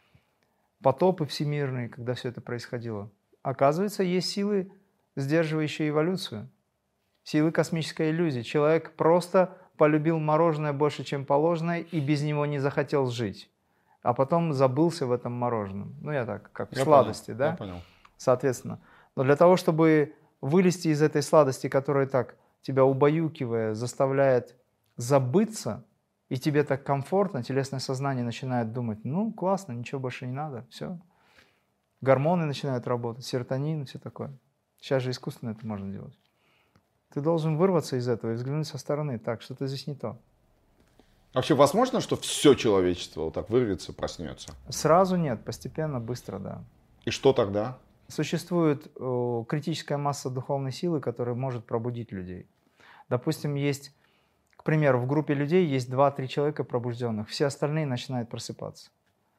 Потопы всемирные, когда все это происходило. Оказывается, есть силы, сдерживающие эволюцию, силы космической иллюзии. Человек просто полюбил мороженое больше, чем положено, и без него не захотел жить. А потом забылся в этом мороженом. Ну, я так, как в сладости, да? Я понял. Соответственно. Но для того, чтобы вылезти из этой сладости, которая так тебя убаюкивая, заставляет забыться, и тебе так комфортно, телесное сознание начинает думать, ну, классно, ничего больше не надо, все. Гормоны начинают работать, серотонин и все такое. Сейчас же искусственно это можно делать. Ты должен вырваться из этого и взглянуть со стороны. Так, что-то здесь не то. Вообще возможно, что все человечество вот так вырвется, проснется? Сразу нет, постепенно, быстро, да. И что тогда? Существует критическая масса духовной силы, которая может пробудить людей. Допустим, есть, к примеру, в группе людей есть 2-3 человека пробужденных, все остальные начинают просыпаться.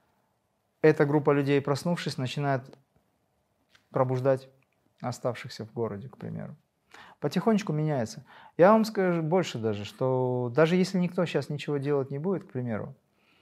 Эта группа людей, проснувшись, начинает пробуждать оставшихся в городе, к примеру. Потихонечку меняется. Я вам скажу больше даже, что даже если никто сейчас ничего делать не будет, к примеру,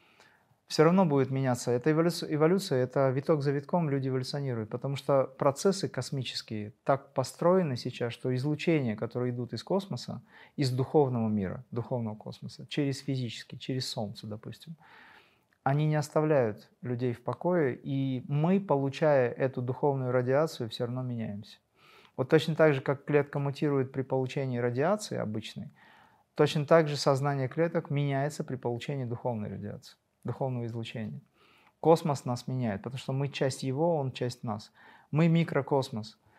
все равно будет меняться. Это эволюция, это виток за витком люди эволюционируют, потому что процессы космические так построены сейчас, что излучения, которые идут из космоса, из духовного мира, духовного космоса, через физический, через Солнце, допустим, они не оставляют людей в покое, и мы, получая эту духовную радиацию, все равно меняемся. Вот точно так же, как клетка мутирует при получении радиации обычной, точно так же сознание клеток меняется при получении духовной радиации, духовного излучения. Космос нас меняет, потому что мы часть его, он часть нас. Мы микрокосмос.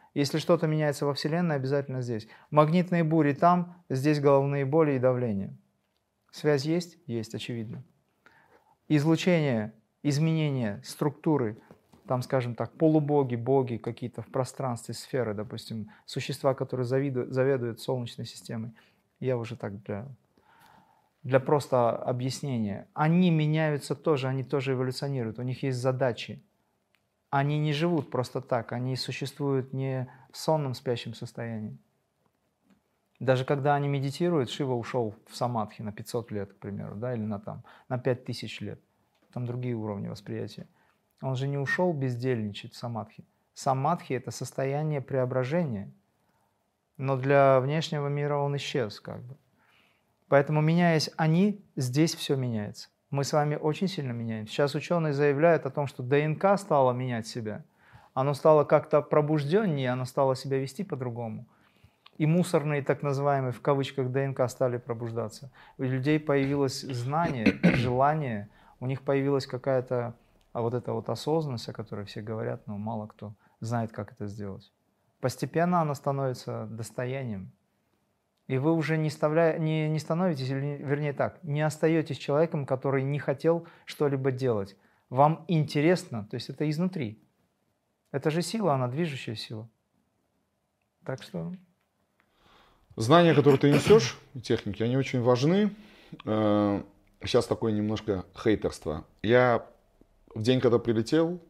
Если что-то меняется во Вселенной, обязательно здесь. Магнитные бури там, здесь головные боли и давление. Связь есть? Есть, очевидно. Излучение, изменение структуры, там, скажем так, полубоги, боги какие-то в пространстве, сферы, допустим, существа, которые заведуют Солнечной системой. Я уже так для просто объяснения. Они меняются тоже, они тоже эволюционируют, у них есть задачи. Они не живут просто так, они существуют не в сонном спящем состоянии. Даже когда они медитируют, Шива ушел в самадхи на 500 лет, к примеру, да, или на 5000 лет. Там другие уровни восприятия. Он же не ушел бездельничать в самадхи. Самадхи – это состояние преображения. Но для внешнего мира он исчез как бы. Поэтому, меняясь они, здесь все меняется. Мы с вами очень сильно меняемся. Сейчас ученые заявляют о том, что ДНК стало менять себя. Оно стало как-то пробужденнее, оно стало себя вести по-другому. И мусорные, так называемые, в кавычках, ДНК стали пробуждаться. У людей появилось знание, желание, у них появилась какая-то вот эта вот осознанность, о которой все говорят, но мало кто знает, как это сделать. Постепенно она становится достоянием. И вы уже не становитесь, вернее так, не остаетесь человеком, который не хотел что-либо делать. Вам интересно, то есть это изнутри. Это же сила, она движущая сила. Так что... Знания, которые ты несешь, техники, они очень важны. Сейчас такое немножко хейтерство. Я в день, когда прилетел,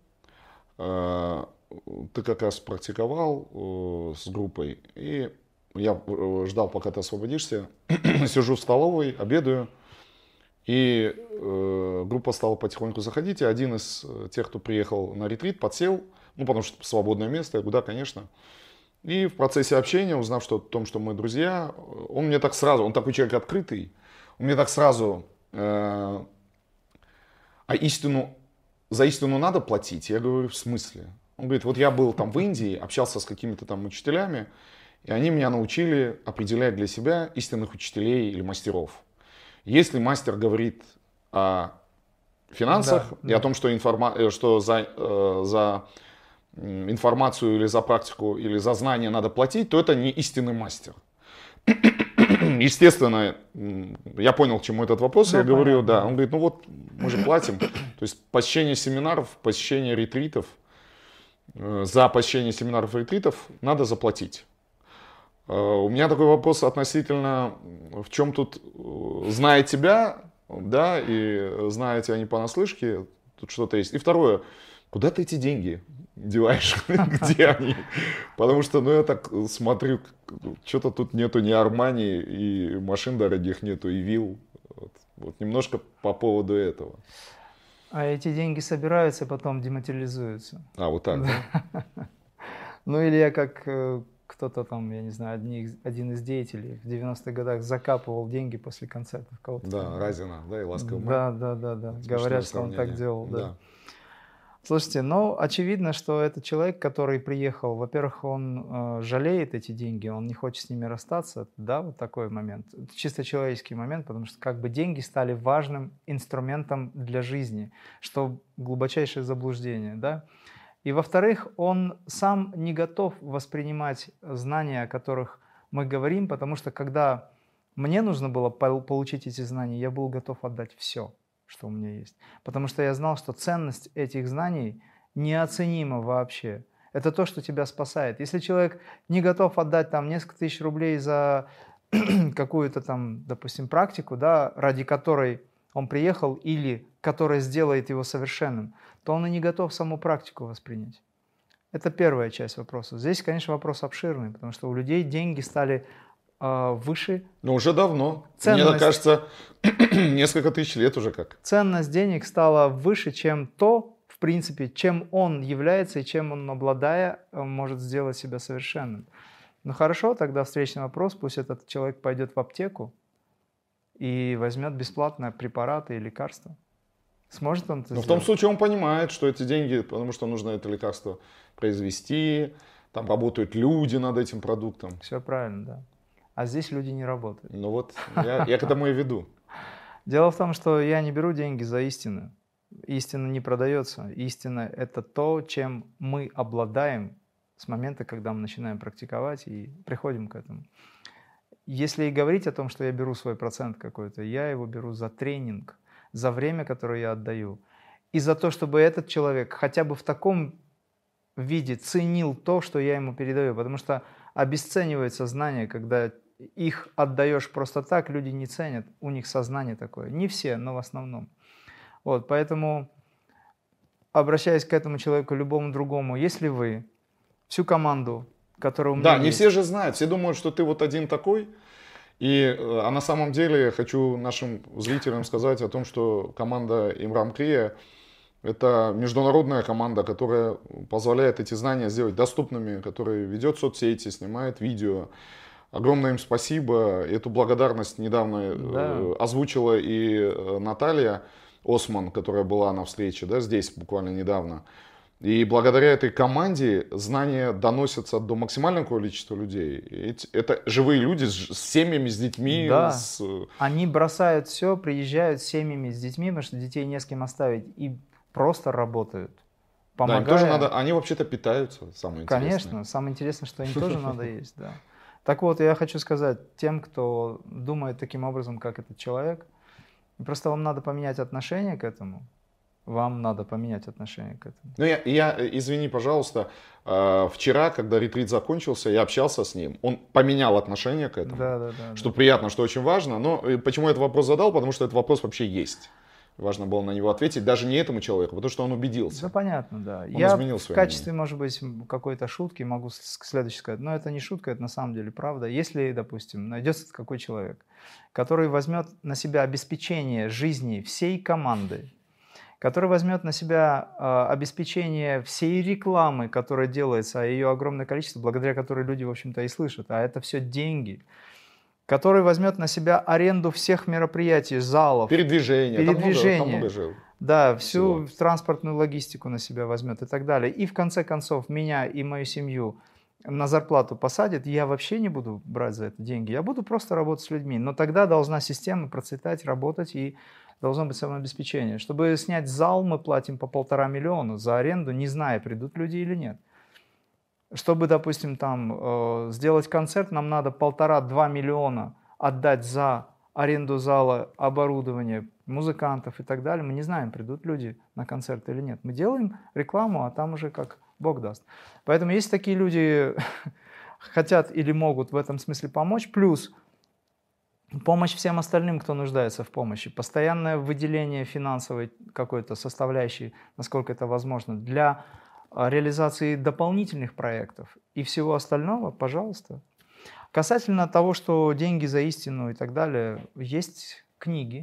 ты как раз практиковал с группой, и я ждал, пока ты освободишься, сижу в столовой, обедаю, и группа стала потихоньку заходить, и один из тех, кто приехал на ретрит, подсел, ну, потому что свободное место, я говорю, да, конечно. И в процессе общения, узнав о том, что мы друзья, он мне так сразу, он такой человек открытый, он мне так сразу, за истину надо платить? Я говорю, в смысле? Он говорит, вот я был там в Индии, общался с какими-то там учителями, и они меня научили определять для себя истинных учителей или мастеров. Если мастер говорит о финансах и о том, что за информацию или за практику или за знание надо платить, то это не истинный мастер. Естественно, я понял, к чему этот вопрос, я говорю, да. Он говорит, ну вот мы же платим. То есть посещение семинаров, посещение ретритов, за посещение семинаров и ретритов надо заплатить. У меня такой вопрос относительно, в чем тут, зная тебя, да, и зная тебя не понаслышке, тут что-то есть. И второе, куда ты эти деньги деваешь, где они? Потому что, ну, я так смотрю, что-то тут нету ни Армани, и машин дорогих нету, и вилл. Вот немножко по поводу этого. А эти деньги собираются, потом дематериализуются. А, вот так, да? Ну, или я как кто-то там, я не знаю, один из деятелей в 90-х годах закапывал деньги после концертов кого-то. Да, Разина, да, и Ласковый май. Да. Говорят, что он так делал, да. Слушайте, ну, очевидно, что это человек, который приехал, во-первых, он жалеет эти деньги, он не хочет с ними расстаться, да, вот такой момент. Это чисто человеческий момент, потому что как бы деньги стали важным инструментом для жизни, что глубочайшее заблуждение, да. И, во-вторых, он сам не готов воспринимать знания, о которых мы говорим, потому что когда мне нужно было получить эти знания, я был готов отдать все, что у меня есть. Потому что я знал, что ценность этих знаний неоценима вообще. Это то, что тебя спасает. Если человек не готов отдать там несколько тысяч рублей за какую-то там, допустим, практику, да, ради которой он приехал или которая сделает его совершенным, то он и не готов саму практику воспринять. Это первая часть вопроса. Здесь, конечно, вопрос обширный, потому что у людей деньги стали выше. Но уже давно. Мне кажется, несколько тысяч лет уже как. Ценность денег стала выше, чем то, в принципе, чем он является и чем он, обладая, может сделать себя совершенным. Ну хорошо, тогда встречный вопрос, пусть этот человек пойдет в аптеку и возьмет бесплатно препараты и лекарства. Сможет он это сделать? В том случае он понимает, что эти деньги, потому что нужно это лекарство произвести, там работают люди над этим продуктом. Все правильно, да. А здесь люди не работают. Ну вот, я к этому и веду. Дело в том, что я не беру деньги за истину. Истина не продается. Истина – это то, чем мы обладаем с момента, когда мы начинаем практиковать и приходим к этому. Если и говорить о том, что я беру свой процент какой-то, я его беру за тренинг, за время, которое я отдаю, и за то, чтобы этот человек хотя бы в таком виде ценил то, что я ему передаю, потому что обесценивается знание, когда их отдаешь просто так, люди не ценят, у них сознание такое. Не все, но в основном. Вот, поэтому, обращаясь к этому человеку, любому другому, если вы всю команду, которая у меня не есть... все же знают, все думают, что ты вот один такой. А на самом деле хочу нашим зрителям сказать о том, что команда Имрам Крия — это международная команда, которая позволяет эти знания сделать доступными, которая ведет соцсети, снимает видео. Огромное им спасибо. Эту благодарность недавно озвучила и Наталья Осман, которая была на встрече, здесь буквально недавно. И благодаря этой команде знания доносятся до максимального количества людей. Это живые люди с семьями, с детьми. Да. Они бросают все, приезжают с семьями, с детьми, потому что детей не с кем оставить, и просто работают. Помогая. Да, им тоже надо, они вообще-то питаются, самое интересное. Конечно, самое интересное, что им тоже надо есть, да. Так вот, я хочу сказать тем, кто думает таким образом, как этот человек, просто вам надо поменять отношение к этому. Вам надо поменять отношение к этому. Ну, извини, пожалуйста, вчера, когда ретрит закончился, я общался с ним. Он поменял отношение к этому. Да. Что приятно, что очень важно. Но почему я этот вопрос задал? Потому что этот вопрос вообще есть. Важно было на него ответить даже не этому человеку, потому что он убедился. Да, понятно, да. Он Я изменил в свое качестве, мнение. может быть, какой-то шутки могу следующее сказать. Но это не шутка, это на самом деле правда. Если, допустим, найдется какой человек, который возьмет на себя обеспечение жизни всей команды, который возьмет на себя обеспечение всей рекламы, которая делается, а ее огромное количество, благодаря которой люди, в общем-то, и слышат, а это все деньги, который возьмет на себя аренду всех мероприятий, залов, передвижение. Там много же. Да, всю транспортную логистику на себя возьмет и так далее. И в конце концов меня и мою семью на зарплату посадит, я вообще не буду брать за это деньги, я буду просто работать с людьми. Но тогда должна система процветать, работать, и должно быть самообеспечение. Чтобы снять зал, мы платим по 1,5 миллиона за аренду, не зная, придут люди или нет. Чтобы, допустим, там сделать концерт, нам надо 1,5-2 миллиона отдать за аренду зала, оборудование, музыкантов и так далее. Мы не знаем, придут люди на концерт или нет. Мы делаем рекламу, а там уже как Бог даст. Поэтому если такие люди хотят или могут в этом смысле помочь, плюс помощь всем остальным, кто нуждается в помощи, постоянное выделение финансовой какой-то составляющей, насколько это возможно, для реализации дополнительных проектов и всего остального, пожалуйста. Касательно того, что деньги за истину и так далее, есть книги,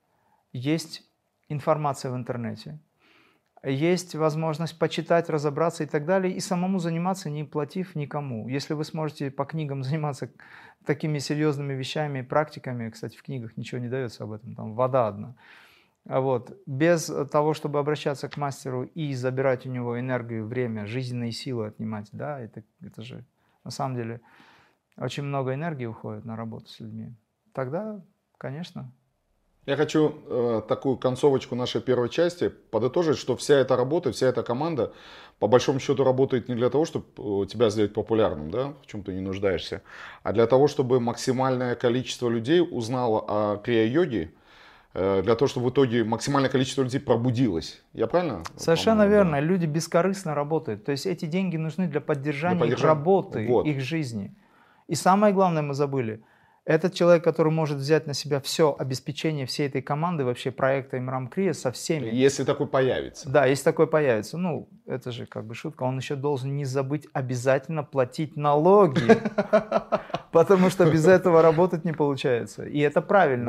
есть информация в интернете, есть возможность почитать, разобраться и так далее, и самому заниматься, не платив никому. Если вы сможете по книгам заниматься такими серьезными вещами, практиками, кстати, в книгах ничего не дается об этом, там вода одна, вот, без того, чтобы обращаться к мастеру и забирать у него энергию, время, жизненные силы отнимать, да, это же на самом деле очень много энергии уходит на работу с людьми, тогда, конечно. Я хочу такую концовочку нашей первой части подытожить, что вся эта работа, вся эта команда по большому счету работает не для того, чтобы тебя сделать популярным, да, в чем ты не нуждаешься, а для того, чтобы максимальное количество людей узнало о крия-йоге, для того, чтобы в итоге максимальное количество людей пробудилось. Я правильно? Совершенно верно. Да. Люди бескорыстно работают. То есть эти деньги нужны для поддержания их работы, их жизни. И самое главное мы забыли. Этот человек, который может взять на себя все обеспечение всей этой команды, вообще проекта Имрам Крия со всеми. Если такой появится. Да, если такой появится. Ну, это же как бы шутка. Он еще должен не забыть обязательно платить налоги. Потому что без этого работать не получается. И это правильно.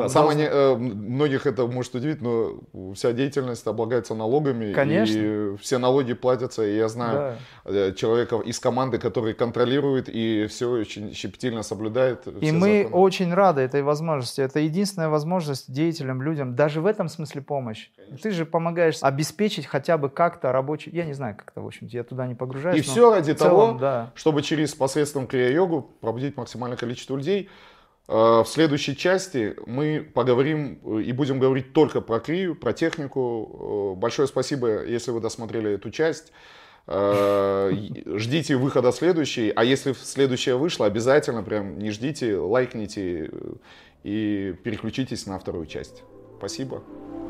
Многих это может удивить, но вся деятельность облагается налогами. Конечно. И все налоги платятся. И я знаю человека из команды, который контролирует и все очень щепетильно соблюдает. И мы очень рады этой возможности. Это единственная возможность деятелям, людям, даже в этом смысле помощь. Конечно. Ты же помогаешь обеспечить хотя бы как-то рабочий... Я не знаю, как это, в общем-то, я туда не погружаюсь. И все ради того, чтобы через посредством крия-йогу пробудить максимальное количество людей. В следующей части мы поговорим и будем говорить только про крию, про технику. Большое спасибо, если вы досмотрели эту часть. Ждите выхода следующей. А если следующая вышла, обязательно прям не ждите, лайкните и переключитесь на вторую часть. Спасибо.